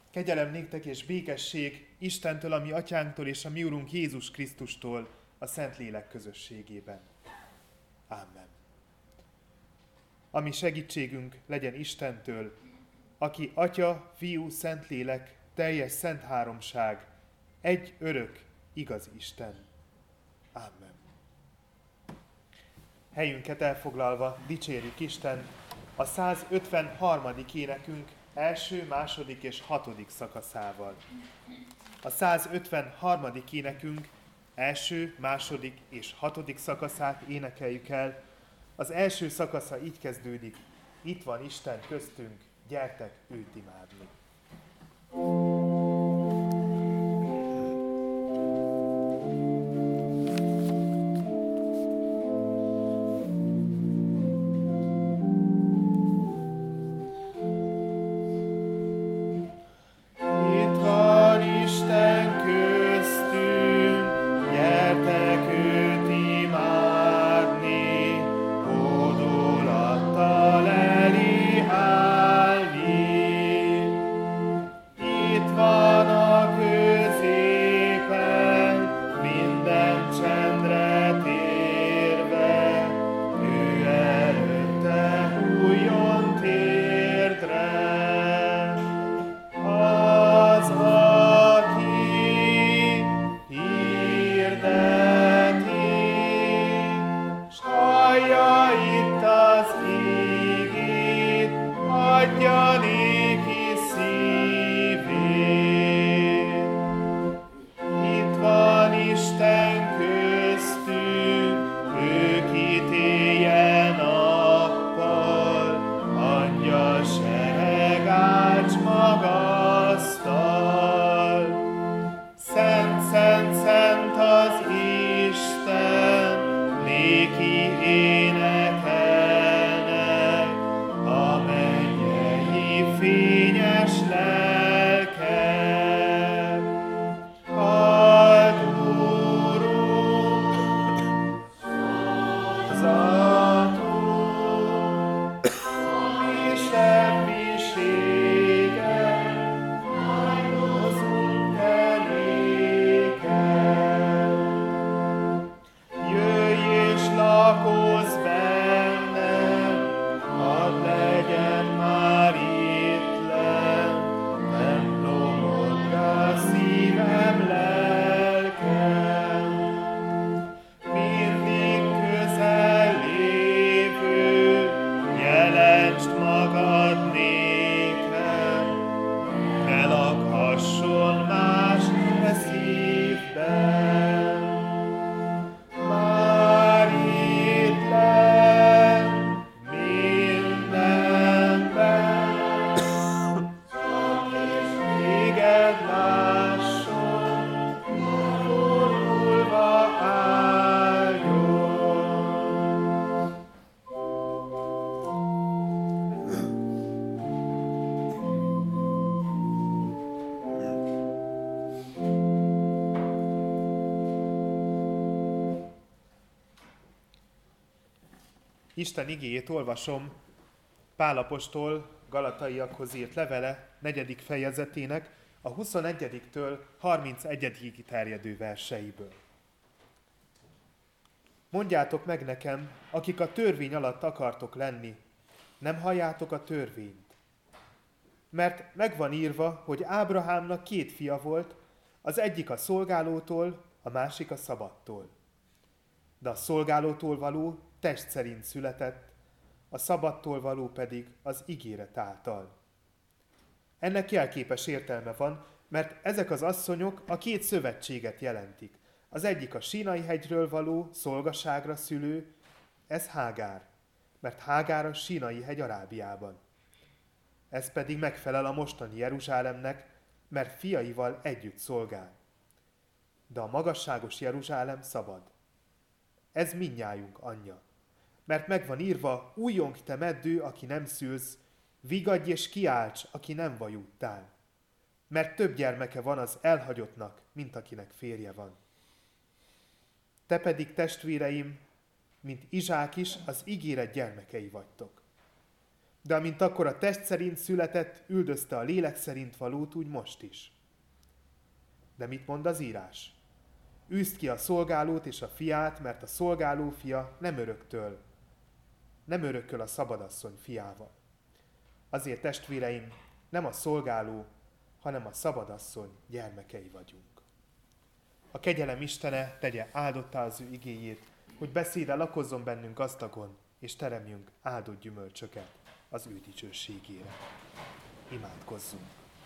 Kegyelem néktek és békesség Istentől, a mi atyánktól és a mi Urunk Jézus Krisztustól a Szentlélek közösségében. Amen. A mi segítségünk legyen Istentől, aki Atya, Fiú, Szentlélek, teljes szent háromság, egy örök, igaz Isten. Amen. Helyünket elfoglalva dicsérjük Istent a 153. énekünk első, második és hatodik szakaszával. A 153. énekünk első, második és hatodik szakaszát énekeljük el. Az első szakasza így kezdődik: itt van Isten köztünk, gyertek őt imádni. Isten igéjét olvasom Pál apostol Galataiakhoz írt levele 4. fejezetének a 21-től 31-ig terjedő verseiből. Mondjátok meg nekem, akik a törvény alatt akartok lenni, nem halljátok a törvényt? Mert megvan írva, hogy Ábrahámnak 2 fia volt, az egyik a szolgálótól, a másik a szabattól. De a szolgálótól való test szerint született, a szabattól való pedig az ígéret által. Ennek jelképes értelme van, mert ezek az asszonyok a 2 szövetséget jelentik. Az egyik a Sínai hegyről való szolgaságra szülő, ez Hágár, mert Hágár a Sínai hegy Arábiában. Ez pedig megfelel a mostani Jeruzsálemnek, mert fiaival együtt szolgál. De a magasságos Jeruzsálem szabad. Ez mindnyájunk anyja. Mert megvan írva, újjong te meddő, aki nem szülsz, vigadj és kiálts, aki nem vajúttál. Mert több gyermeke van az elhagyottnak, mint akinek férje van. Te pedig, testvéreim, mint Izsák is, az ígéret gyermekei vagytok. de amint akkor a test szerint született, üldözte a lélek szerint valót, úgy most is. De mit mond az írás? Űzd ki a szolgálót és a fiát, mert a szolgáló fia nem örököl a szabadasszony fiával. Azért, testvéreim, nem a szolgáló, hanem a szabadasszony gyermekei vagyunk. A kegyelem Istene tegye áldottá az ő igéjét, hogy beszéde lakozzon bennünk gazdagon, és teremjünk áldott gyümölcsöket az ő dicsőségére. Imádkozzunk!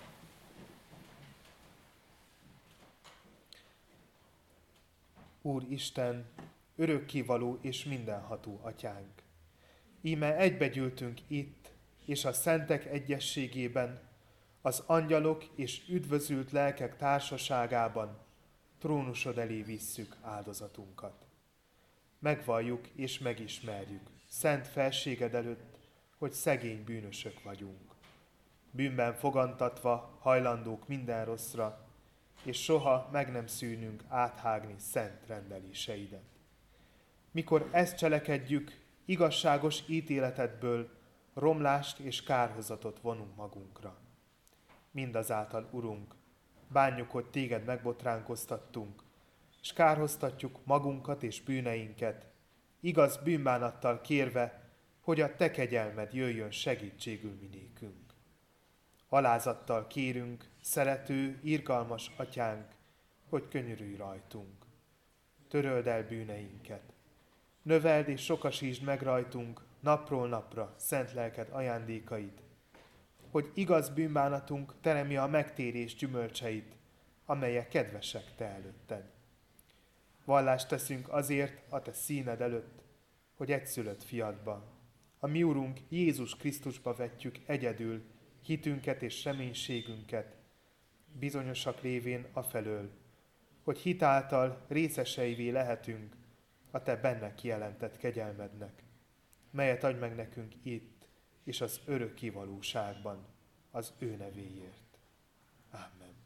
Úr Isten, örökkévaló és mindenható atyánk! Íme egybegyűltünk itt, és a szentek egyességében, az angyalok és üdvözült lelkek társaságában trónusod elé visszük áldozatunkat. Megvalljuk és megismerjük szent felséged előtt, hogy szegény bűnösök vagyunk. Bűnben fogantatva hajlandók minden rosszra, és soha meg nem szűnünk áthágni szent rendeléseidet. Mikor ezt cselekedjük, igazságos ítéletedből romlást és kárhozatot vonunk magunkra. Mindazáltal, Urunk, bánjuk, hogy téged megbotránkoztattunk, és kárhoztatjuk magunkat és bűneinket, igaz bűnbánattal kérve, hogy a te kegyelmed jöjjön segítségül mi nékünk. Alázattal kérünk, szerető, irgalmas atyánk, hogy könyörülj rajtunk. Töröld el bűneinket. Növeld és sokasítsd meg rajtunk napról napra szent lelked ajándékait, hogy igaz bűnbánatunk teremje a megtérés gyümölcseit, amelyek kedvesek te előtted. Vallást teszünk azért a te színed előtt, hogy egyszülött fiadban, a mi Urunk Jézus Krisztusba vetjük egyedül hitünket és reménységünket, bizonyosak lévén afelől, hogy hitáltal részeseivé lehetünk a te benne kijelentett kegyelmednek, melyet adj meg nekünk itt és az örökké valóságban az ő nevéért. Amen.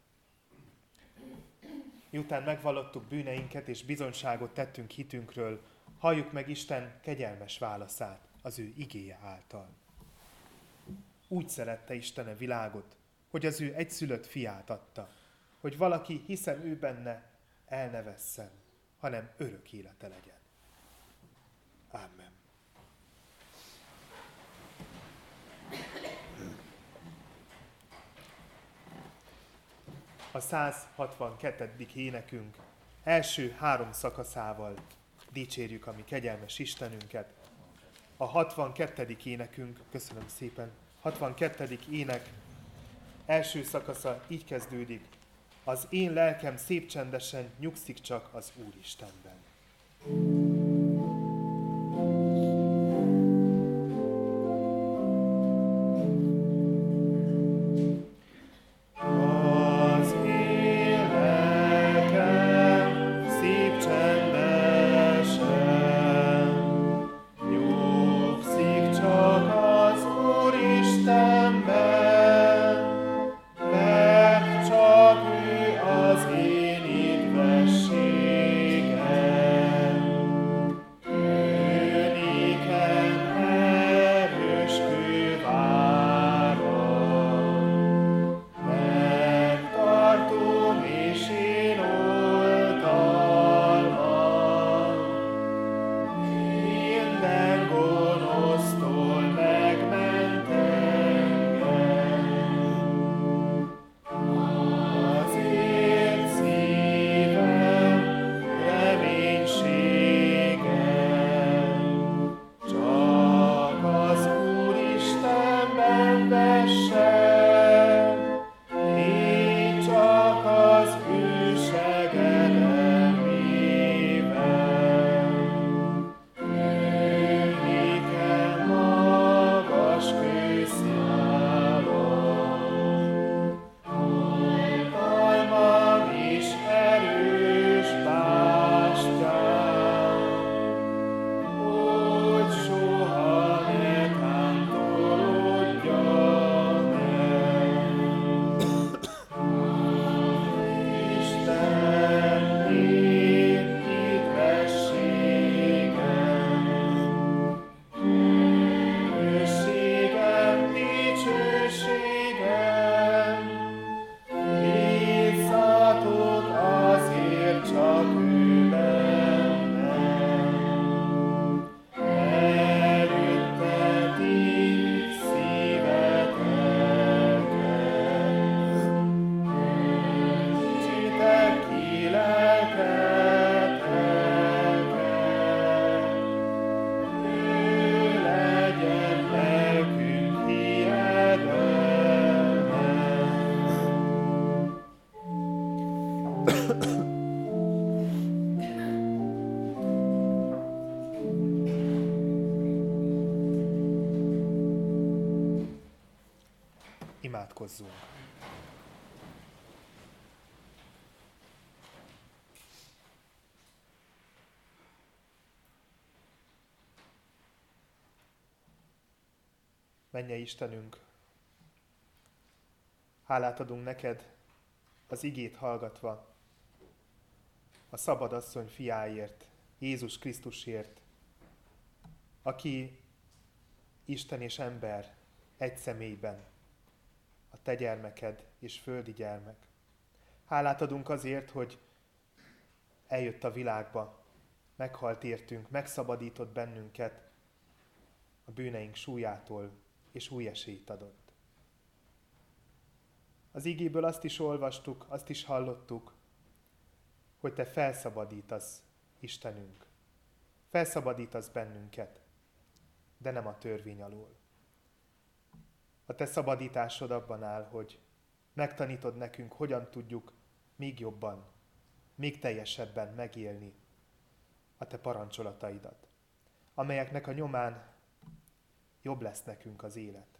Miután megvallottuk bűneinket és bizonyságot tettünk hitünkről, halljuk meg Isten kegyelmes válaszát az ő igéje által. Úgy szerette Isten a világot, hogy az ő egyszülött fiát adta, hogy valaki, hiszen ő benne, el ne vesszen, hanem örök élete legyen. Amen. A 162. énekünk első 3 szakaszával dicsérjük a mi kegyelmes Istenünket. A 62. énekünk, köszönöm szépen, 62. ének első szakasza így kezdődik. Az én lelkem szép csendesen nyugszik csak az Úristenben. Mert csak ő az én édvességem. Imádkozzunk! Mennyei Istenünk, hálát adunk neked az igét hallgatva, a szabad asszony fiáért, Jézus Krisztusért, aki Isten és ember egy személyben, a te gyermeked és földi gyermek. Hálát adunk azért, hogy eljött a világba, meghalt értünk, megszabadított bennünket a bűneink súlyától, és új esélyt adott. Az igéből azt is olvastuk, azt is hallottuk, hogy te felszabadítasz, Istenünk. Felszabadítasz bennünket, de nem a törvény alól. A te szabadításod abban áll, hogy megtanítod nekünk, hogyan tudjuk még jobban, még teljesebben megélni a te parancsolataidat, amelyeknek a nyomán jobb lesz nekünk az élet.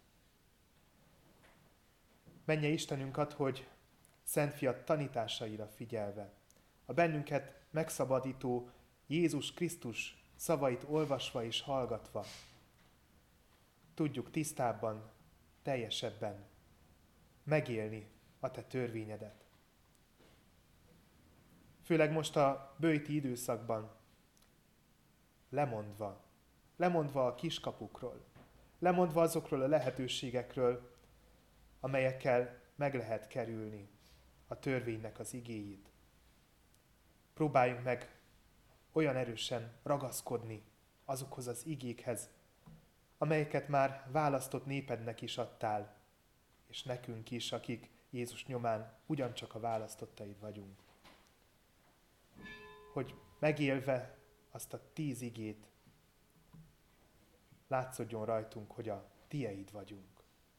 Menje Istenünk, add, hogy Szent Fiad tanításaira figyelve, a bennünket megszabadító Jézus Krisztus szavait olvasva és hallgatva, tudjuk tisztábban, teljesebben megélni a te törvényedet. Főleg most a böjti időszakban lemondva a kiskapukról, lemondva azokról a lehetőségekről, amelyekkel meg lehet kerülni a törvénynek az igéjét. Próbáljunk meg olyan erősen ragaszkodni azokhoz az igékhez, amelyeket már választott népednek is adtál, és nekünk is, akik Jézus nyomán ugyancsak a választottaid vagyunk. Hogy megélve azt a 10 igét, látszódjon rajtunk, hogy a tieid vagyunk.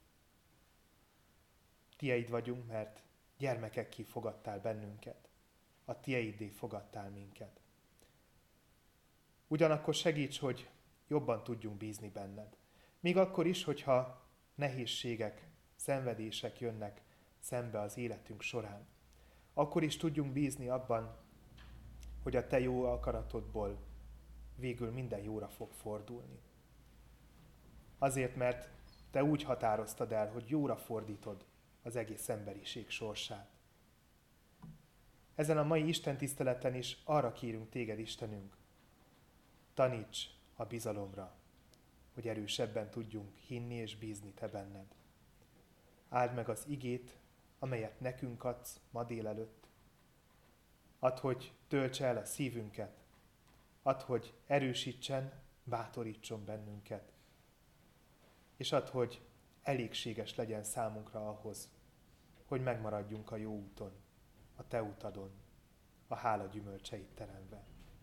Tieid vagyunk, mert gyermekekké fogadtál bennünket. A tieiddé fogadtál minket. Ugyanakkor segíts, hogy jobban tudjunk bízni benned. Még akkor is, hogyha nehézségek, szenvedések jönnek szembe az életünk során. Akkor is tudjunk bízni abban, hogy a te jó akaratodból végül minden jóra fog fordulni. Azért, mert te úgy határoztad el, hogy jóra fordítod az egész emberiség sorsát. Ezen a mai Isten tiszteleten is arra kérünk téged, Istenünk, taníts a bizalomra, hogy erősebben tudjunk hinni és bízni te benned. Áld meg az igét, amelyet nekünk adsz ma délelőtt. Add, hogy töltse el a szívünket. Add, hogy erősítsen, bátorítson bennünket. És add, hogy elégséges legyen számunkra ahhoz, hogy megmaradjunk a jó úton, a te utadon, a hála gyümölcseit teremve.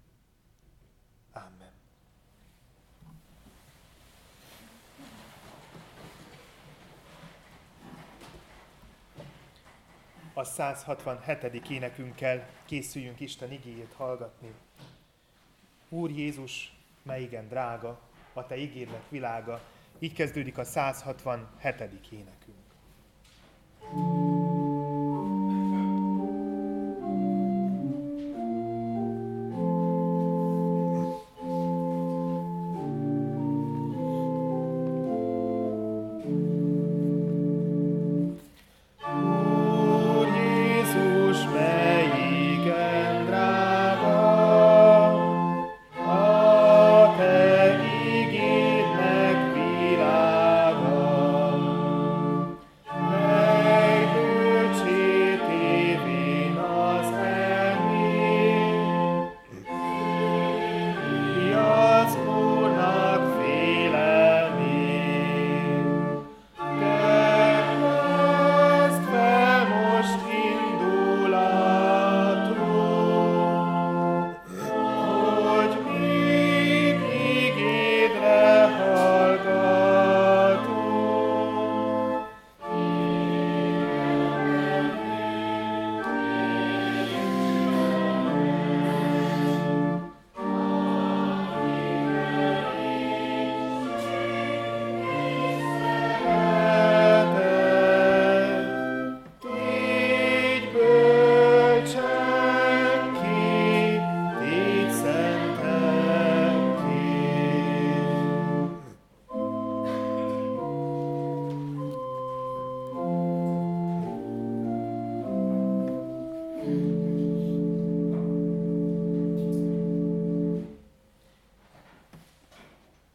Amen. A 167. énekünkkel készüljünk Isten igéjét hallgatni. Úr Jézus, mely igen drága, a te igédnek világa, így kezdődik a 167. énekünk. Meg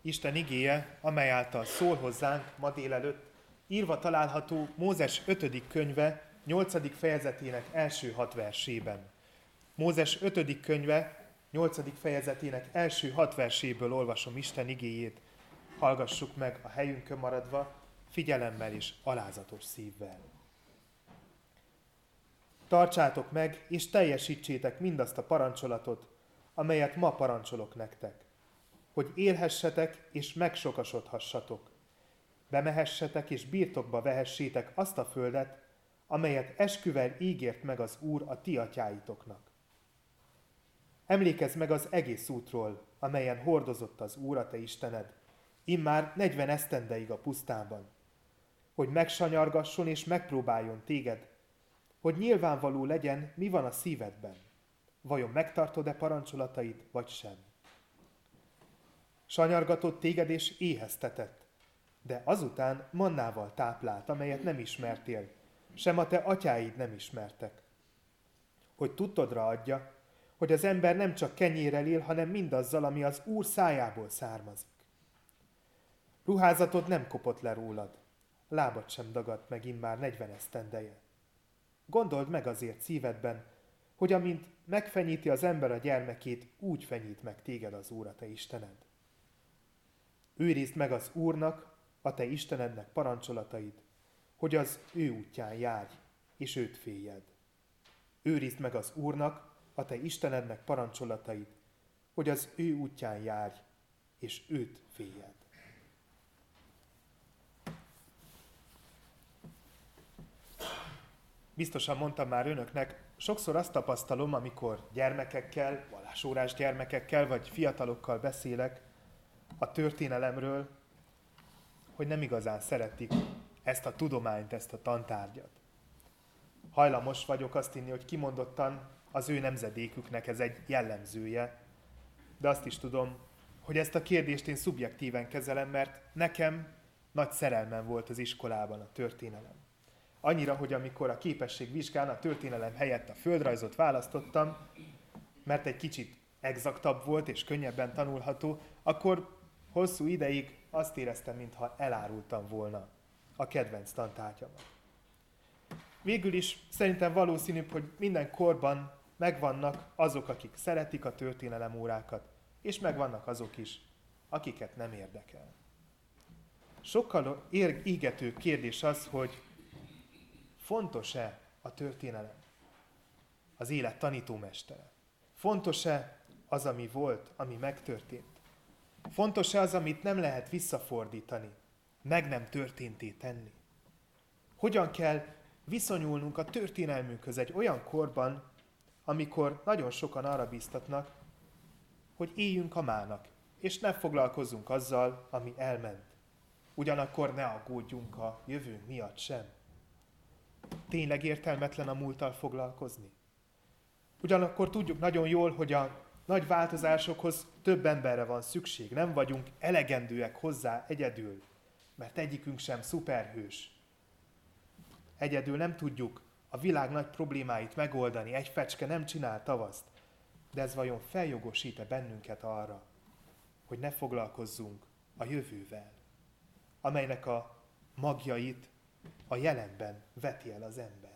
Isten igéje, amely által szól hozzánk ma délelőtt, írva található Mózes 5. könyve 8. fejezetének első 6 versében. Mózes 5. könyve 8. fejezetének első 6 verséből olvasom Isten igéjét. Hallgassuk meg a helyünkön maradva, figyelemmel és alázatos szívvel. Tartsátok meg, és teljesítsétek mindazt a parancsolatot, amelyet ma parancsolok nektek, hogy élhessetek és megsokasodhassatok, bemehessetek és birtokba vehessétek azt a földet, amelyet esküvel ígért meg az Úr a ti atyáitoknak. Emlékezz meg az egész útról, amelyen hordozott az Úr a te Istened, immár 40 esztendeig a pusztában, hogy megsanyargasson és megpróbáljon téged, hogy nyilvánvaló legyen, mi van a szívedben. Vajon megtartod-e parancsolatait, vagy sem? Sanyargatott téged és éheztetett, de azután mannával táplált, amelyet nem ismertél, sem a te atyáid nem ismertek. Hogy tudtodra adja, hogy az ember nem csak kenyérrel él, hanem mindazzal, ami az Úr szájából származik. Ruházatod nem kopott le rólad, lábad sem dagadt meg immár 40 esztendeje. Gondold meg azért szívedben, hogy amint megfenyíti az ember a gyermekét, úgy fenyít meg téged az Úr a te Istened. Őrizd meg az Úrnak, a te Istenednek parancsolatait, hogy az ő útján járj, és őt féljed. Őrizd meg az Úrnak, a te Istenednek parancsolatait, hogy az ő útján járj, és őt féljed. Biztosan mondtam már önöknek, sokszor azt tapasztalom, amikor gyermekekkel, vallásórás gyermekekkel vagy fiatalokkal beszélek a történelemről, hogy nem igazán szeretik ezt a tudományt, ezt a tantárgyat. Hajlamos vagyok azt hinni, hogy kimondottan az ő nemzedéküknek ez egy jellemzője, de azt is tudom, hogy ezt a kérdést én szubjektíven kezelem, mert nekem nagy szerelmem volt az iskolában a történelem. Annyira, hogy amikor a képességvizsgán a történelem helyett a földrajzot választottam, mert egy kicsit exaktabb volt és könnyebben tanulható, akkor hosszú ideig azt éreztem, mintha elárultam volna a kedvenc tantárgyamat. Végül is szerintem valószínűbb, hogy minden korban megvannak azok, akik szeretik a történelem órákat, és megvannak azok is, akiket nem érdekel. Sokkal égetőbb kérdés az, hogy fontos-e a történelem? Az élet tanítómestere. Fontos-e az, ami volt, ami megtörtént? Fontos-e az, amit nem lehet visszafordítani, meg nem történté tenni? Hogyan kell viszonyulnunk a történelmünkhöz egy olyan korban, amikor nagyon sokan arra bíztatnak, hogy éljünk a mának, és ne foglalkozzunk azzal, ami elment. Ugyanakkor ne aggódjunk a jövőnk miatt sem. Tényleg értelmetlen a múlttal foglalkozni? Ugyanakkor tudjuk nagyon jól, hogy a nagy változásokhoz több emberre van szükség. Nem vagyunk elegendőek hozzá egyedül, mert egyikünk sem szuperhős. Egyedül nem tudjuk a világ nagy problémáit megoldani, egy fecske nem csinál tavaszt. De ez vajon feljogosít-e bennünket arra, hogy ne foglalkozzunk a jövővel, amelynek a magjait a jelenben veti el az ember?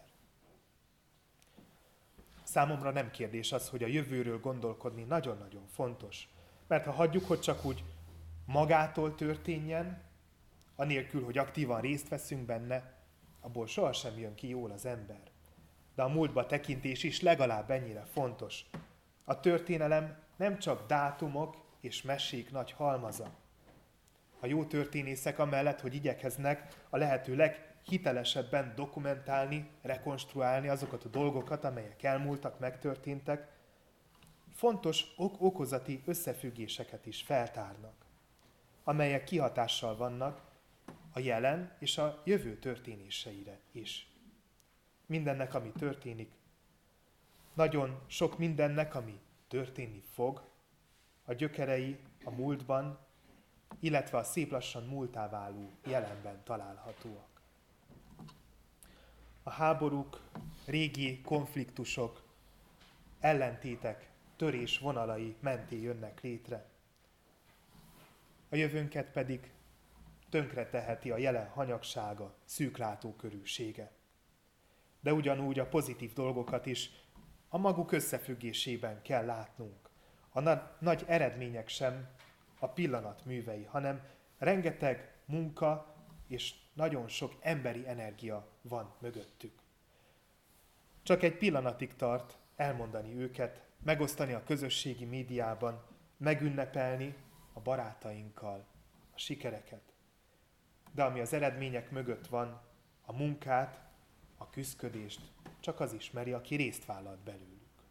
Számomra nem kérdés az, hogy a jövőről gondolkodni nagyon-nagyon fontos. Mert ha hagyjuk, hogy csak úgy magától történjen, anélkül, hogy aktívan részt veszünk benne, abból sohasem jön ki jól az ember. De a múltba tekintés is legalább ennyire fontos. A történelem nem csak dátumok és mesék nagy halmaza. A jó történészek amellett, hogy igyekeznek a lehető leghitelesebben dokumentálni, rekonstruálni azokat a dolgokat, amelyek elmúltak, megtörténtek, fontos okozati összefüggéseket is feltárnak, amelyek kihatással vannak a jelen és a jövő történéseire is. Mindennek, ami történik, nagyon sok mindennek, ami történni fog, a gyökerei a múltban, illetve a szép lassan múlttá váló jelenben találhatóak. A háborúk, régi konfliktusok, ellentétek, törés vonalai mentén jönnek létre. a jövőnket pedig tönkre teheti a jelen hanyagsága, szűklátókörűsége. De ugyanúgy a pozitív dolgokat is a maguk összefüggésében kell látnunk. A nagy eredmények sem a pillanat művei, hanem rengeteg munka és nagyon sok emberi energia van mögöttük. Csak egy pillanatig tart elmondani őket, megosztani a közösségi médiában, megünnepelni a barátainkkal a sikereket. De ami az eredmények mögött van, a munkát, a küszködést, csak az ismeri, aki részt vállalt belőlük.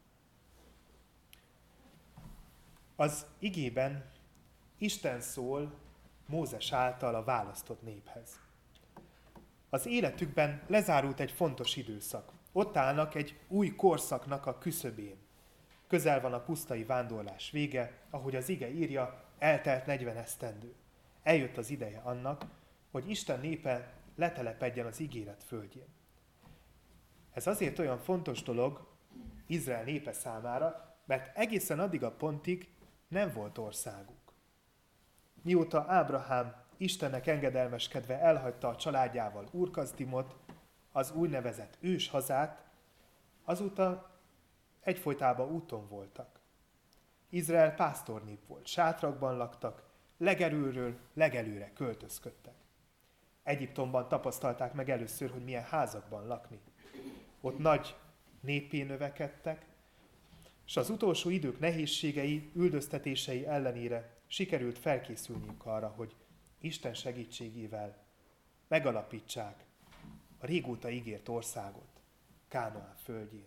Az igében Isten szól Mózes által a választott néphez. Az életükben lezárult egy fontos időszak. Ott állnak egy új korszaknak a küszöbén. Közel van a pusztai vándorlás vége, ahogy az ige írja, eltelt 40 esztendő. Eljött az ideje annak, hogy Isten népe letelepedjen az ígéret földjén. Ez azért olyan fontos dolog Izrael népe számára, mert egészen addig a pontig nem volt országuk. Mióta Ábrahám Istennek engedelmeskedve elhagyta a családjával Úr-Kasdimot, az úgynevezett őshazát, azóta egyfolytában úton voltak. Izrael pásztornép volt, sátrakban laktak, legelőről legelőre költözködtek. Egyiptomban tapasztalták meg először, hogy milyen házakban lakni. Ott nagy népé növekedtek, és az utolsó idők nehézségei, üldöztetései ellenére sikerült felkészülniük arra, hogy Isten segítségével megalapítsák a régóta ígért országot Kánaán földjén.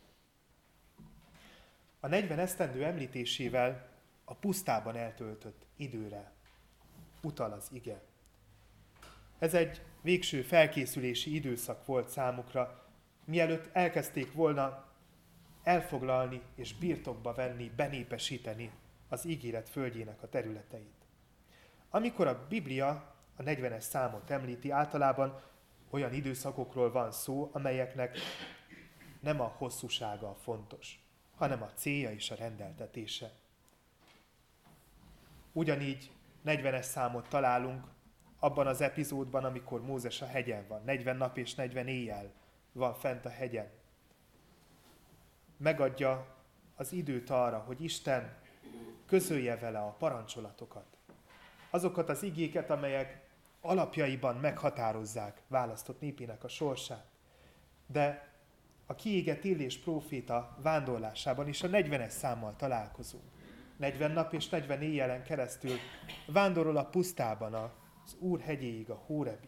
A 40 esztendő említésével a pusztában eltöltött időre utal az ige. Ez egy végső felkészülési időszak volt számukra, mielőtt elkezdték volna elfoglalni és birtokba venni, benépesíteni az ígéret földjének a területeit. Amikor a Biblia a 40-es számot említi, általában olyan időszakokról van szó, amelyeknek nem a hosszúsága a fontos, hanem a célja és a rendeltetése. Ugyanígy 40-es számot találunk abban az epizódban, amikor Mózes a hegyen van. 40 nap és 40 éjjel van fent a hegyen. Megadja az időt arra, hogy Isten közölje vele a parancsolatokat. Azokat az igéket, amelyek alapjaiban meghatározzák választott népének a sorsát. De a kiégett Illés próféta vándorlásában is a 40-es számmal találkozunk. 40 nap és 40 éjjelen keresztül vándorol a pusztában az Úr hegyéig, a Hórebig.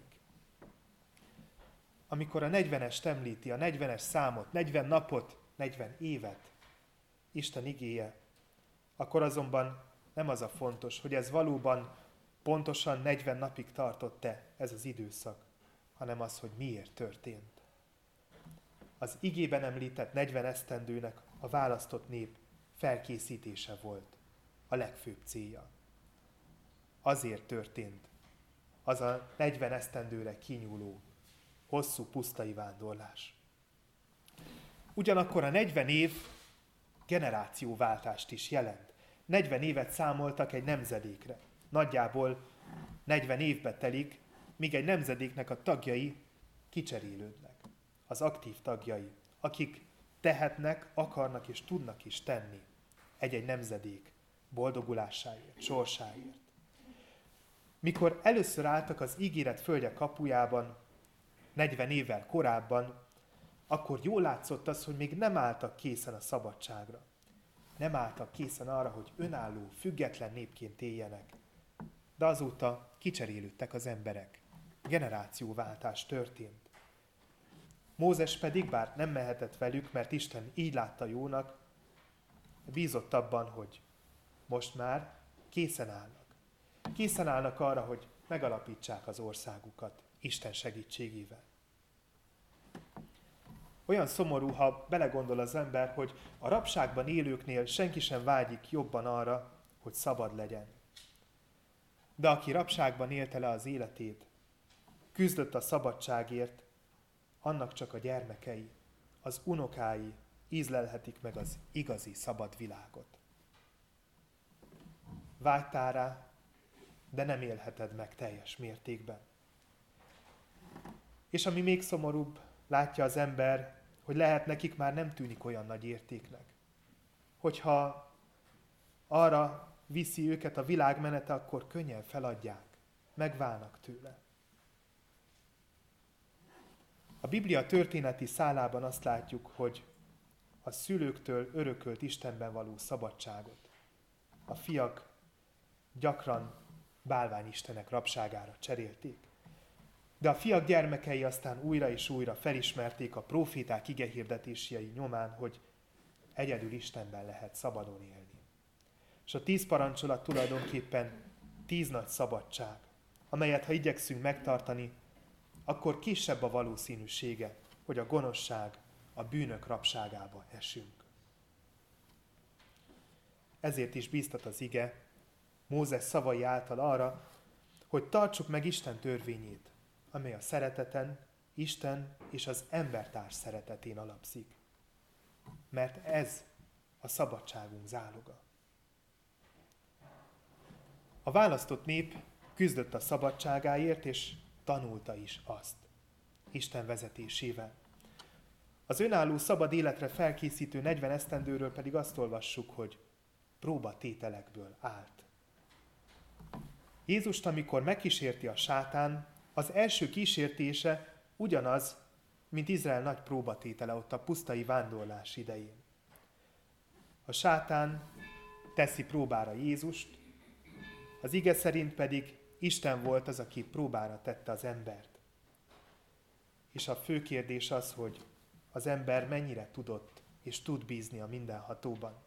Amikor a 40-est említi, a 40-es számot, 40 napot, 40 évet, Isten igéje, akkor azonban nem az a fontos, hogy ez valóban pontosan 40 napig tartott-e ez az időszak, hanem az, hogy miért történt. Az igében említett 40 esztendőnek a választott nép felkészítése volt a legfőbb célja. Azért történt az a 40 esztendőre kinyúló, hosszú pusztai vándorlás. Ugyanakkor a 40 év generációváltást is jelent. 40 évet számoltak egy nemzedékre. Nagyjából 40 évbe telik, míg egy nemzedéknek a tagjai kicserélődnek. Az aktív tagjai, akik tehetnek, akarnak és tudnak is tenni egy-egy nemzedék boldogulásáért, sorsáért. Mikor először álltak az ígéret földje kapujában, 40 évvel korábban, akkor jól látszott az, hogy még nem álltak készen a szabadságra. Nem álltak készen arra, hogy önálló, független népként éljenek. De azóta kicserélődtek az emberek. Generációváltás történt. Mózes pedig, bár nem mehetett velük, mert Isten így látta jónak, bízott abban, hogy most már készen állnak. Készen állnak arra, hogy megalapítsák az országukat Isten segítségével. Olyan szomorú, ha belegondol az ember, hogy a rabságban élőknél senki sem vágyik jobban arra, hogy szabad legyen. De aki rabságban élte le az életét, küzdött a szabadságért, annak csak a gyermekei, az unokái ízlelhetik meg az igazi szabad világot. Vágytál rá, de nem élheted meg teljes mértékben. És ami még szomorúbb, látja az ember, hogy lehet nekik már nem tűnik olyan nagy értéknek. Hogyha arra viszi őket a világ menete, akkor könnyen feladják, megválnak tőle. A Biblia történeti szálában azt látjuk, hogy a szülőktől örökölt Istenben való szabadságot a fiak gyakran bálványistenek rabságára cserélték. De a fiak gyermekei aztán újra és újra felismerték a próféták igehirdetései nyomán, hogy egyedül Istenben lehet szabadon élni. És a 10 parancsolat tulajdonképpen 10 nagy szabadság, amelyet ha igyekszünk megtartani, akkor kisebb a valószínűsége, hogy a gonoszság, a bűnök rabságába esünk. Ezért is bíztat az ige Mózes szavai által arra, hogy tartsuk meg Isten törvényét, amely a szereteten, Isten és az embertárs szeretetén alapszik. Mert ez a szabadságunk záloga. A választott nép küzdött a szabadságáért, és tanulta is azt, Isten vezetésével. Az önálló szabad életre felkészítő 40 esztendőről pedig azt olvassuk, hogy próbatételekből állt. Jézust, amikor megkísérti a sátán, az első kísértése ugyanaz, mint Izrael nagy próbatétele ott a pusztai vándorlás idején. A sátán teszi próbára Jézust, az ige szerint pedig Isten volt az, aki próbára tette az embert. És a fő kérdés az, hogy az ember mennyire tudott és tud bízni a mindenhatóban.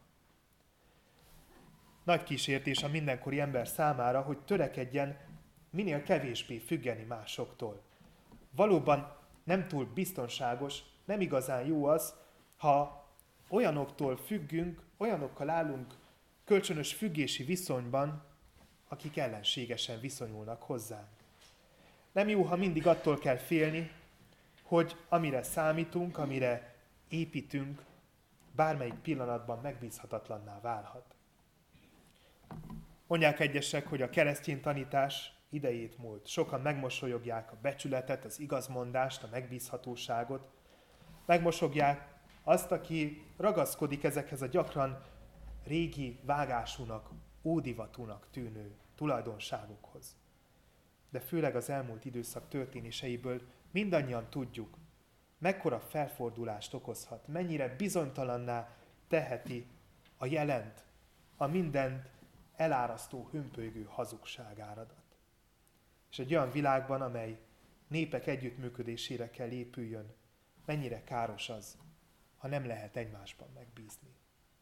Nagy kísértés a mindenkori ember számára, hogy törekedjen minél kevésbé függeni másoktól. Valóban nem túl biztonságos, nem igazán jó az, ha olyanoktól függünk, olyanokkal állunk kölcsönös függési viszonyban, akik ellenségesen viszonyulnak hozzánk. Nem jó, ha mindig attól kell félni, hogy amire számítunk, amire építünk, bármelyik pillanatban megbízhatatlanná válhat. Mondják egyesek, hogy a keresztény tanítás idejét múlt. Sokan megmosolyogják a becsületet, az igazmondást, a megbízhatóságot. Megmosolyogják azt, aki ragaszkodik ezekhez a gyakran régi vágásúnak, ódivatúnak tűnő tulajdonságokhoz. De főleg az elmúlt időszak történéseiből mindannyian tudjuk, mekkora felfordulást okozhat, mennyire bizonytalanná teheti a jelent, a mindent elárasztó, hömpölygő hazugságáradat. És egy olyan világban, amely népek együttműködésére kell épüljön, mennyire káros az, ha nem lehet egymásban megbízni.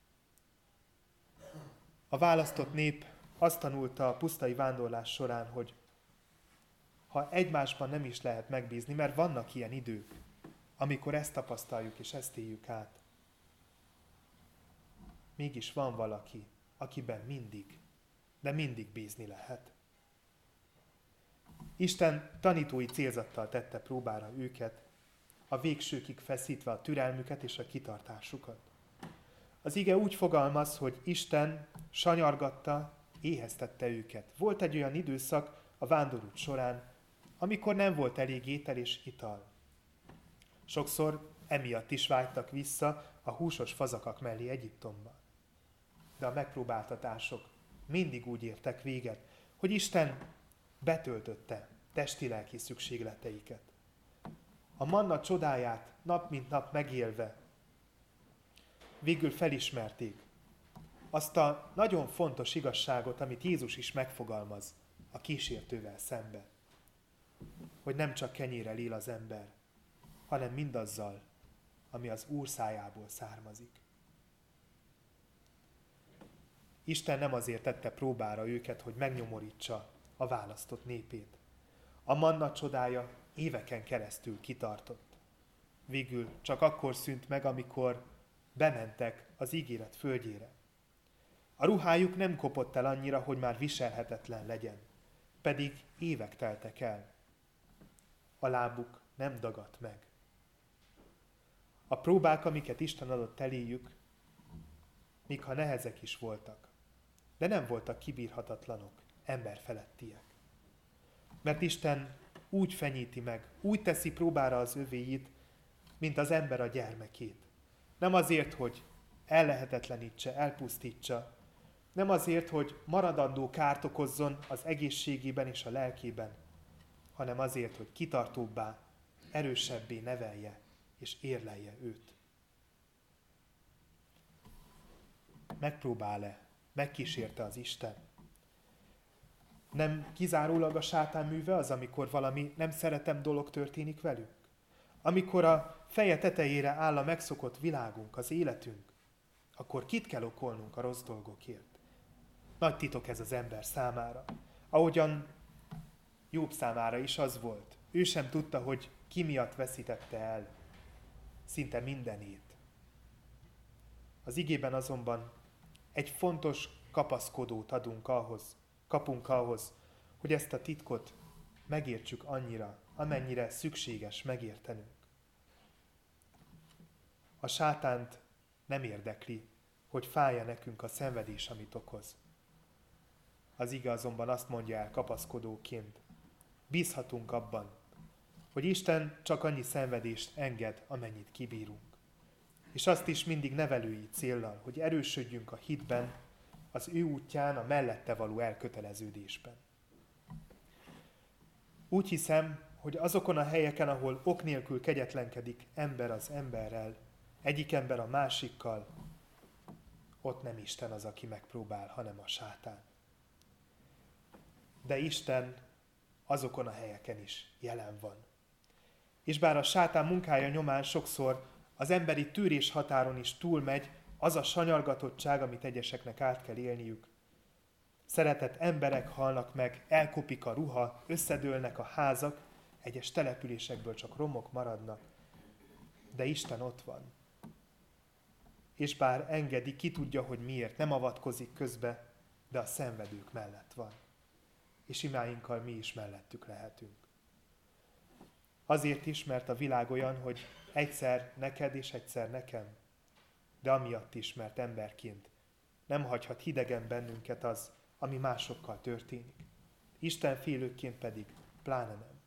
A választott nép azt tanulta a pusztai vándorlás során, hogy ha egymásban nem is lehet megbízni, mert vannak ilyen idők, amikor ezt tapasztaljuk és ezt éljük át, mégis van valaki, akiben mindig, de mindig bízni lehet. Isten tanítói célzattal tette próbára őket, a végsőkig feszítve a türelmüket és a kitartásukat. Az ige úgy fogalmaz, hogy Isten sanyargatta, éheztette őket. Volt egy olyan időszak a vándorút során, amikor nem volt elég étel és ital. Sokszor emiatt is vágytak vissza a húsos fazakak mellé Egyiptomba. De a megpróbáltatások mindig úgy értek véget, hogy Isten betöltötte testi-lelki szükségleteiket. A manna csodáját nap mint nap megélve végül felismerték azt a nagyon fontos igazságot, amit Jézus is megfogalmaz a kísértővel szembe. Hogy nem csak kenyérrel él az ember, hanem mindazzal, ami az Úr szájából származik. Isten nem azért tette próbára őket, hogy megnyomorítsa a választott népét. A manna csodája éveken keresztül kitartott. Végül csak akkor szűnt meg, amikor bementek az ígéret földjére. A ruhájuk nem kopott el annyira, hogy már viselhetetlen legyen, pedig évek teltek el. A lábuk nem dagadt meg. A próbák, amiket Isten adott eléjük, míg ha nehezek is voltak, de nem voltak kibírhatatlanok, emberfelettiek. Mert Isten úgy fenyíti meg, úgy teszi próbára az övéit, mint az ember a gyermekét. Nem azért, hogy ellehetetlenítse, elpusztítsa, nem azért, hogy maradandó kárt okozzon az egészségében és a lelkében, hanem azért, hogy kitartóbbá, erősebbé nevelje és érlelje őt. Megpróbál-e, megkísérte az Isten? Nem kizárólag a sátán műve az, amikor valami nem szeretem dolog történik velünk? Amikor a feje tetejére áll a megszokott világunk, az életünk, akkor kit kell okolnunk a rossz dolgokért? Nagy titok ez az ember számára. Ahogyan Jobb számára is az volt. Ő sem tudta, hogy ki miatt veszítette el szinte mindenét. Az igében azonban egy fontos kapaszkodót kapunk ahhoz, hogy ezt a titkot megértsük annyira, amennyire szükséges megértenünk. A sátánt nem érdekli, hogy fáj-e nekünk a szenvedés, amit okoz. Az ige azonban azt mondja el kapaszkodóként, bízhatunk abban, hogy Isten csak annyi szenvedést enged, amennyit kibírunk. És azt is mindig nevelői céllal, hogy erősödjünk a hitben, az ő útján, a mellette való elköteleződésben. Úgy hiszem, hogy azokon a helyeken, ahol ok nélkül kegyetlenkedik ember az emberrel, egyik ember a másikkal, ott nem Isten az, aki megpróbál, hanem a sátán. De Isten azokon a helyeken is jelen van. És bár a sátán munkája nyomán sokszor az emberi tűrés határon is túlmegy az a sanyargatottság, amit egyeseknek át kell élniük. Szeretett emberek halnak meg, elkopik a ruha, összedőlnek a házak, egyes településekből csak romok maradnak, de Isten ott van. És bár engedi, ki tudja, hogy miért, nem avatkozik közbe, de a szenvedők mellett van. És imáinkkal mi is mellettük lehetünk. Azért is, mert a világ olyan, hogy egyszer neked és egyszer nekem, de amiatt is, mert emberként nem hagyhat hidegen bennünket az, ami másokkal történik. Isten félőként pedig pláne nem.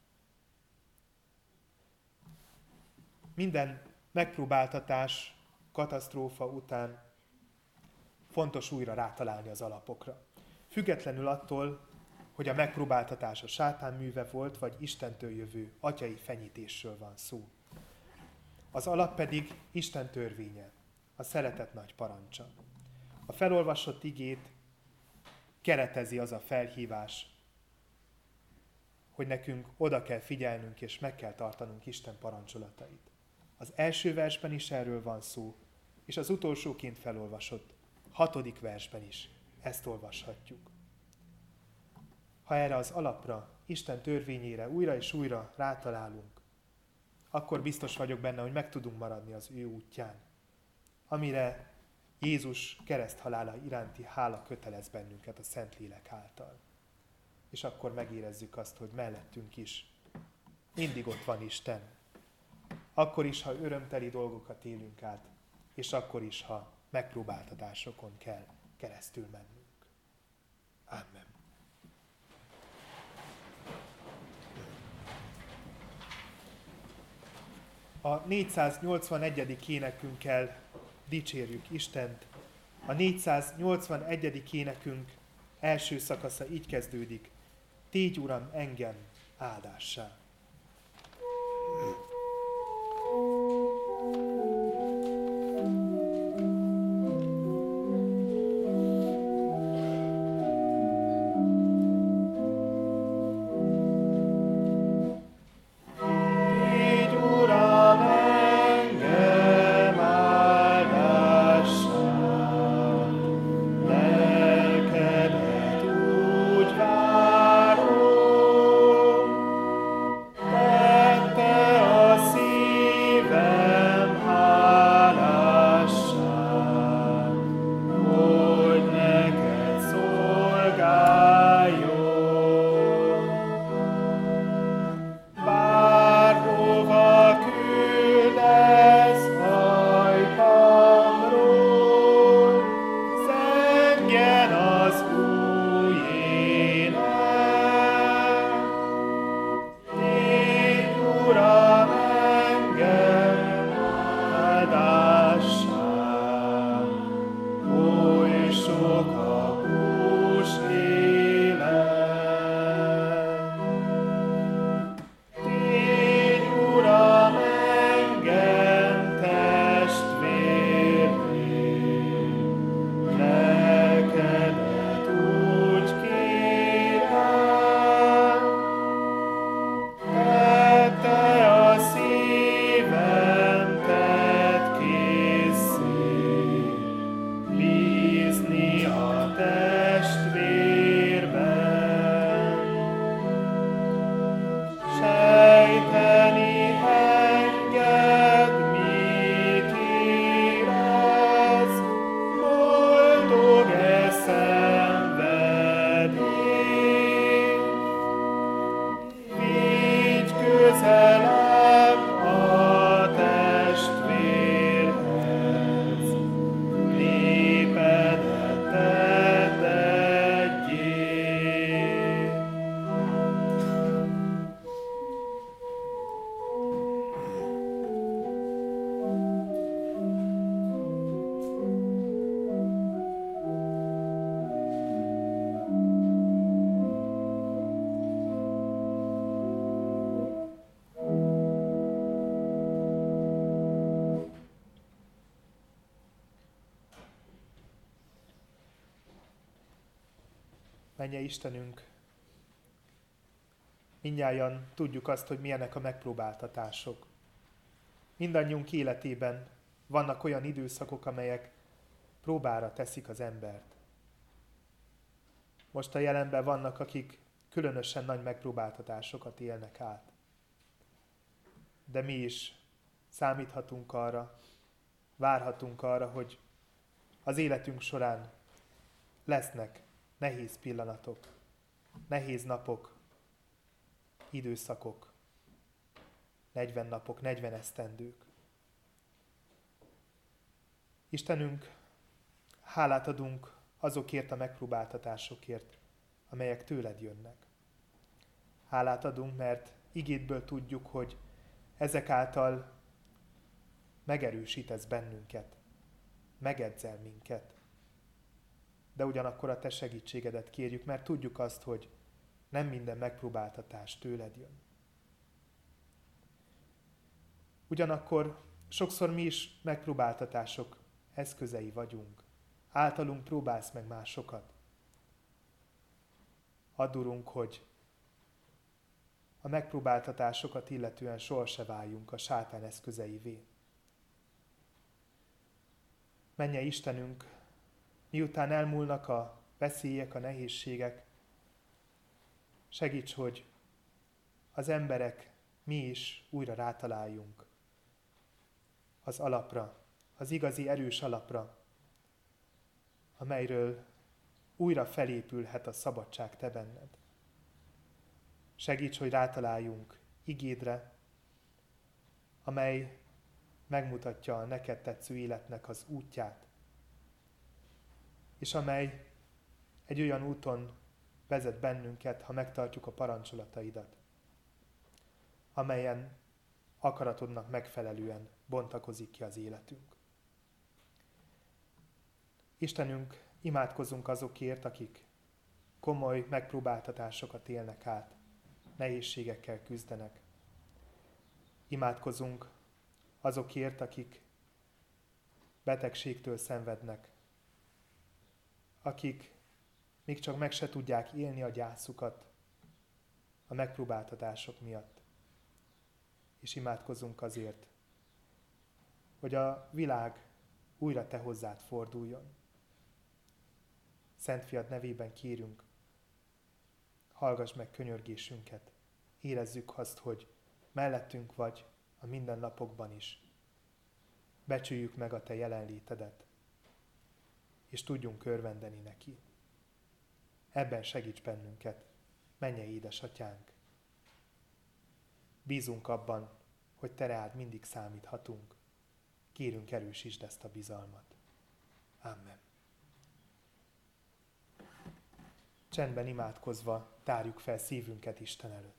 Minden megpróbáltatás, katasztrófa után fontos újra rátalálni az alapokra. Függetlenül attól, hogy a megpróbáltatás a sátán műve volt, vagy Istentől jövő atyai fenyítésről van szó. Az alap pedig Isten törvénye, a szeretet nagy parancsa. A felolvasott igét keretezi az a felhívás, hogy nekünk oda kell figyelnünk és meg kell tartanunk Isten parancsolatait. Az első versben is erről van szó, és az utolsóként felolvasott 6. versben is ezt olvashatjuk. Ha erre az alapra, Isten törvényére újra és újra rátalálunk, akkor biztos vagyok benne, hogy meg tudunk maradni az ő útján, amire Jézus kereszthalála iránti hála kötelez bennünket a Szentlélek által. És akkor megérezzük azt, hogy mellettünk is mindig ott van Isten. Akkor is, ha örömteli dolgokat élünk át, és akkor is, ha megpróbáltatásokon kell keresztül mennünk. Amen. A 481. énekünkkel dicsérjük Istent. A 481. énekünk első szakasza így kezdődik. Tégy, Uram, engem áldássá. Mennyei Istenünk, mindnyájan tudjuk azt, hogy milyenek a megpróbáltatások. Mindannyiunk életében vannak olyan időszakok, amelyek próbára teszik az embert. Most a jelenben vannak, akik különösen nagy megpróbáltatásokat élnek át. De mi is számíthatunk arra, várhatunk arra, hogy az életünk során lesznek nehéz pillanatok, nehéz napok, időszakok, 40 napok, 40 esztendők. Istenünk, hálát adunk azokért a megpróbáltatásokért, amelyek tőled jönnek. Hálát adunk, mert igédből tudjuk, hogy ezek által megerősítesz bennünket, megedzel minket. De ugyanakkor a te segítségedet kérjük, mert tudjuk azt, hogy nem minden megpróbáltatás tőled jön. Ugyanakkor sokszor mi is megpróbáltatások eszközei vagyunk. Általunk próbálsz meg másokat. Add, Urunk, hogy a megpróbáltatásokat illetően soha se váljunk a sátán eszközeivé. Mennyei Istenünk, miután elmúlnak a veszélyek, a nehézségek, segíts, hogy az emberek, mi is újra rátaláljunk az alapra, az igazi erős alapra, amelyről újra felépülhet a szabadság te benned. Segíts, hogy rátaláljunk igédre, amely megmutatja a neked tetsző életnek az útját, és amely egy olyan úton vezet bennünket, ha megtartjuk a parancsolataidat, amelyen akaratodnak megfelelően bontakozik ki az életünk. Istenünk, imádkozunk azokért, akik komoly megpróbáltatásokat élnek át, nehézségekkel küzdenek. Imádkozunk azokért, akik betegségtől szenvednek, akik még csak meg se tudják élni a gyászukat a megpróbáltatások miatt. És imádkozunk azért, hogy a világ újra te hozzád forduljon. Szent Fiad nevében kérünk, hallgass meg könyörgésünket, érezzük azt, hogy mellettünk vagy a mindennapokban is. Becsüljük meg a te jelenlétedet, és tudjunk örvendeni neki. Ebben segíts bennünket, mennyei édesatyánk. Bízunk abban, hogy te reád mindig számíthatunk. Kérünk, erősítsd ezt a bizalmat. Amen. Csendben imádkozva tárjuk fel szívünket Isten előtt.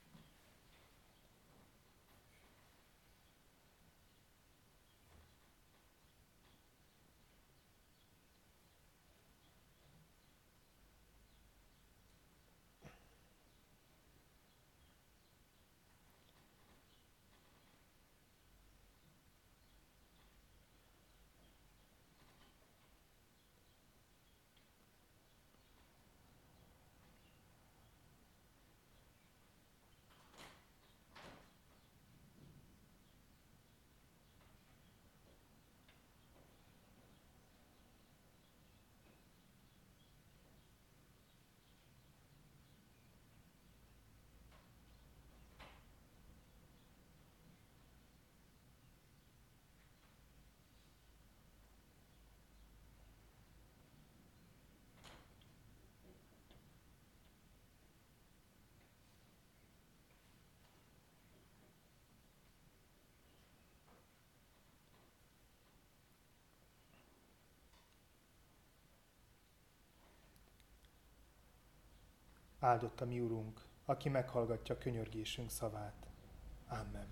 Áldott a mi Urunk, aki meghallgatja könyörgésünk szavát. Amen.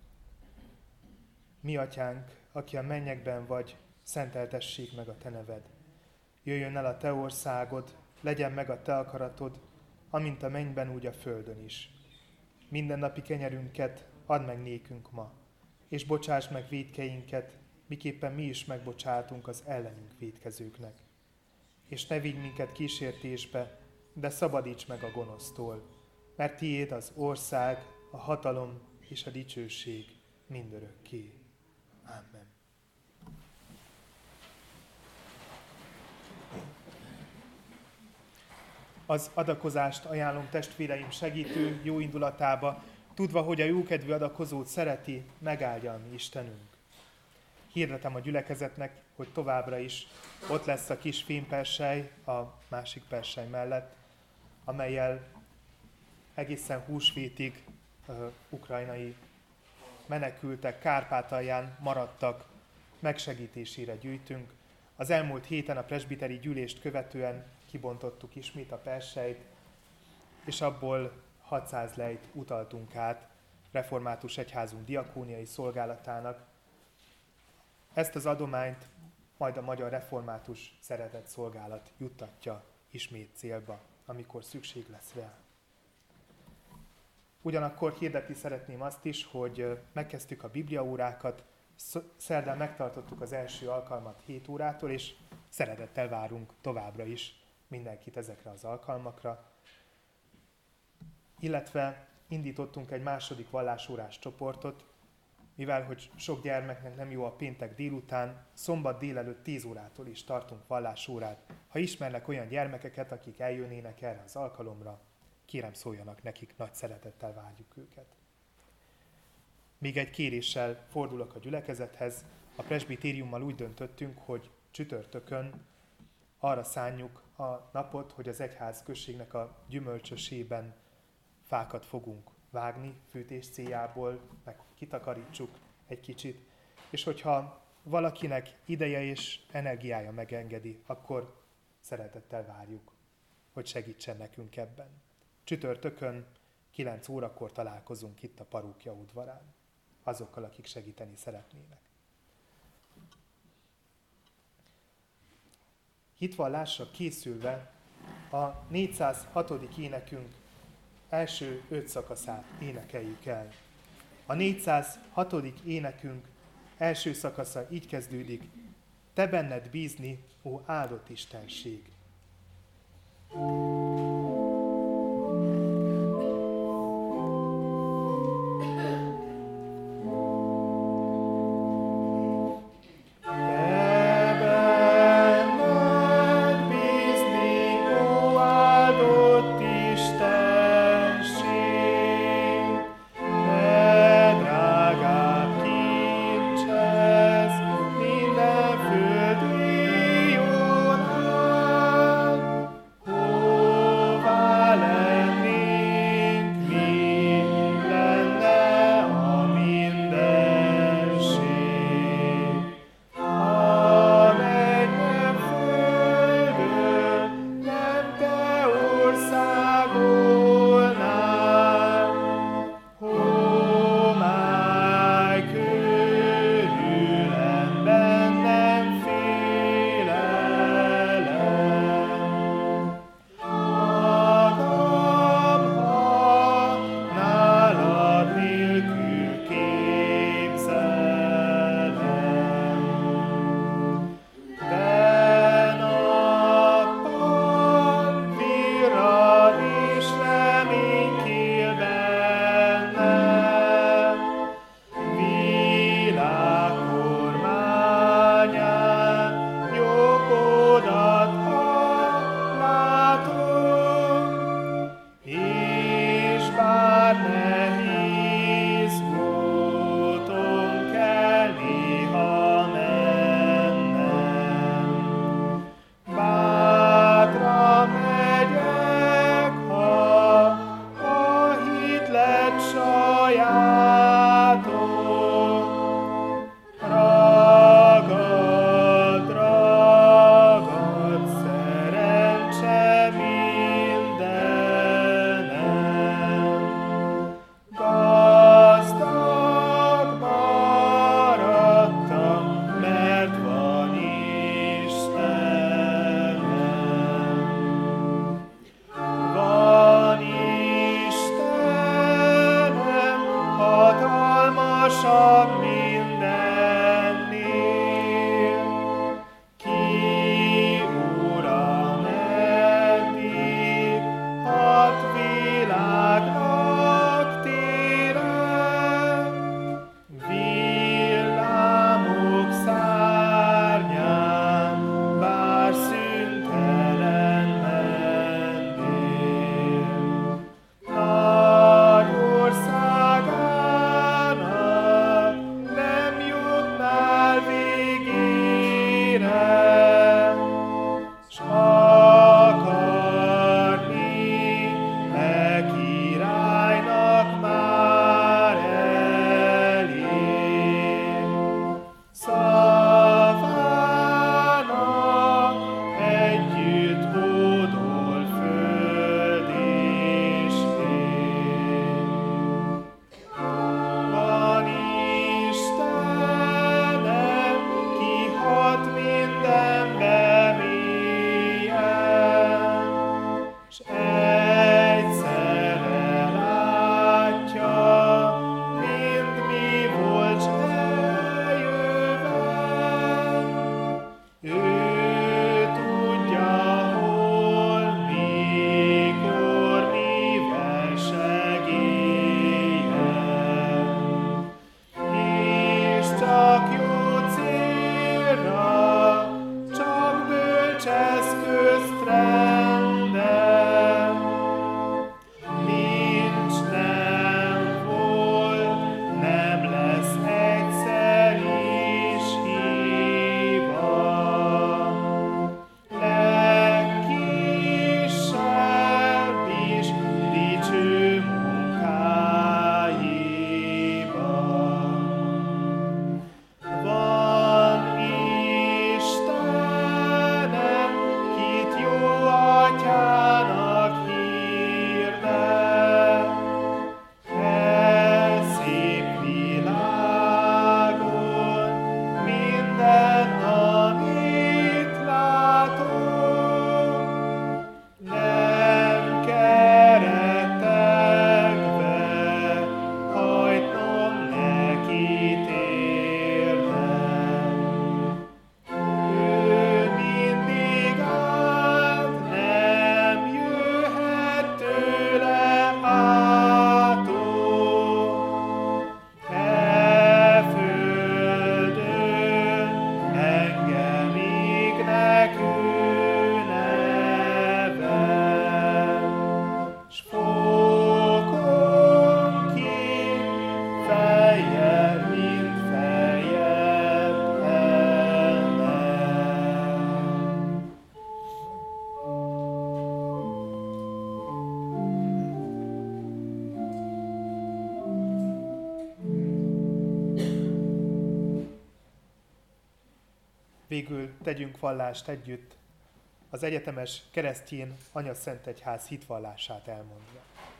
Mi atyánk, aki a mennyekben vagy, szenteltessék meg a te neved. Jöjjön el a te országod, legyen meg a te akaratod, amint a mennyben, úgy a földön is. Mindennapi kenyerünket add meg nékünk ma, és bocsáss meg vétkeinket, miképpen mi is megbocsátunk az ellenünk vétkezőknek. És ne vigy minket kísértésbe, de szabadíts meg a gonosztól, mert tiéd az ország, a hatalom és a dicsőség mindörökké. Amen. Az adakozást ajánlom testvéreim segítő jó indulatába, tudva, hogy a jókedvű adakozót szereti, megáldja a mi Istenünk. Hirdetem a gyülekezetnek, hogy továbbra is ott lesz a kis fémpersely a másik persely mellett, amellyel egészen húsvétig ukrajnai menekültek Kárpátalján maradtak megsegítésére gyűjtünk. Az elmúlt héten a presbiteri gyűlést követően kibontottuk ismét a perselyt, és abból 600 lejt utaltunk át református egyházunk diakóniai szolgálatának. Ezt az adományt majd a Magyar Református Szeretett Szolgálat juttatja ismét célba, amikor szükség lesz rá. Ugyanakkor hirdetni szeretném azt is, hogy megkezdtük a bibliaórákat, szerdán megtartottuk az első alkalmat 7 órától, és szeretettel várunk továbbra is mindenkit ezekre az alkalmakra. Illetve indítottunk egy második vallásórás csoportot, mivel hogy sok gyermeknek nem jó a péntek délután, szombat délelőtt 10 órától is tartunk vallásórát. Ha ismernek olyan gyermekeket, akik eljönnének erre az alkalomra, kérem szóljanak nekik, nagy szeretettel várjuk őket. Még egy kéréssel fordulok a gyülekezethez. A presbitériummal úgy döntöttünk, hogy csütörtökön arra szánjuk a napot, hogy az egyház községnek a gyümölcsösében fákat fogunk vágni fűtés céljából, meg kitakarítsuk egy kicsit, és hogyha valakinek ideje és energiája megengedi, akkor szeretettel várjuk, hogy segítsen nekünk ebben. Csütörtökön 9 órakor találkozunk itt a parókia udvarán, azokkal, akik segíteni szeretnének. Hitvallásra készülve a 406. énekünk első 5 szakaszát énekeljük el. A 406. énekünk első szakasza így kezdődik: Te benned bízni, ó áldott Istenség! Oh Végül tegyünk vallást együtt, az egyetemes keresztény Anyaszentegyház hitvallását elmondva.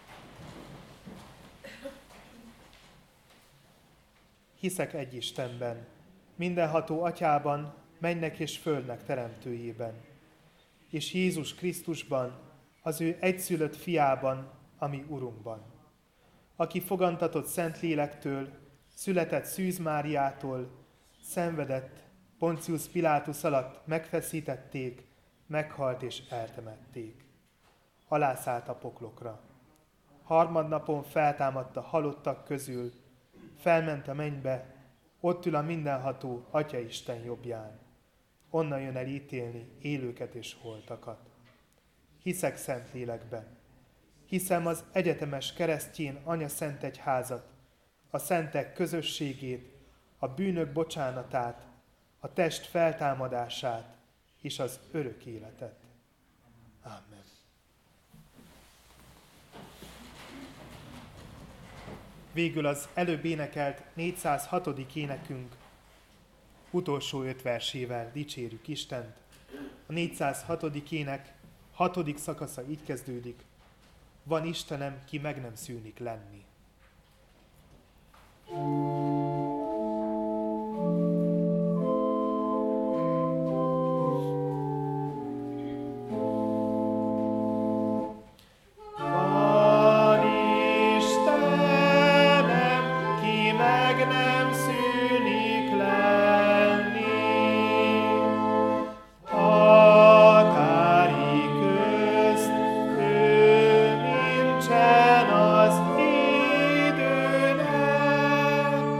Hiszek egy Istenben, mindenható Atyában, mennek és földnek teremtőjében, és Jézus Krisztusban, az ő egyszülött fiában, ami Urunkban, aki fogantatott Szentlélektől, született Szűz Máriától, szenvedett, Poncius Pilátus alatt megfeszítették, meghalt és eltemették. Alászállt a poklokra. Harmadnapon feltámadt a halottak közül, felment a mennybe, ott ül a mindenható Atyaisten jobbján. Onnan jön el ítélni élőket és holtakat. Hiszek Szentlélekben. Hiszem az egyetemes keresztény Anyaszentegyházat, a szentek közösségét, a bűnök bocsánatát, a test feltámadását és az örök életet. Amen. Végül az előbb énekelt 406. énekünk utolsó 5 versével dicsérjük Istent. A 406. ének 6. szakasza így kezdődik. Van Istenem, ki meg nem szűnik lenni. Az időnek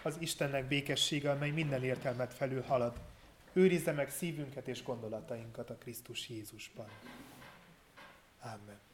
az Istennek békessége, amely minden értelmet felül halad, őrizze meg szívünket és gondolatainkat a Krisztus Jézusban. Amen.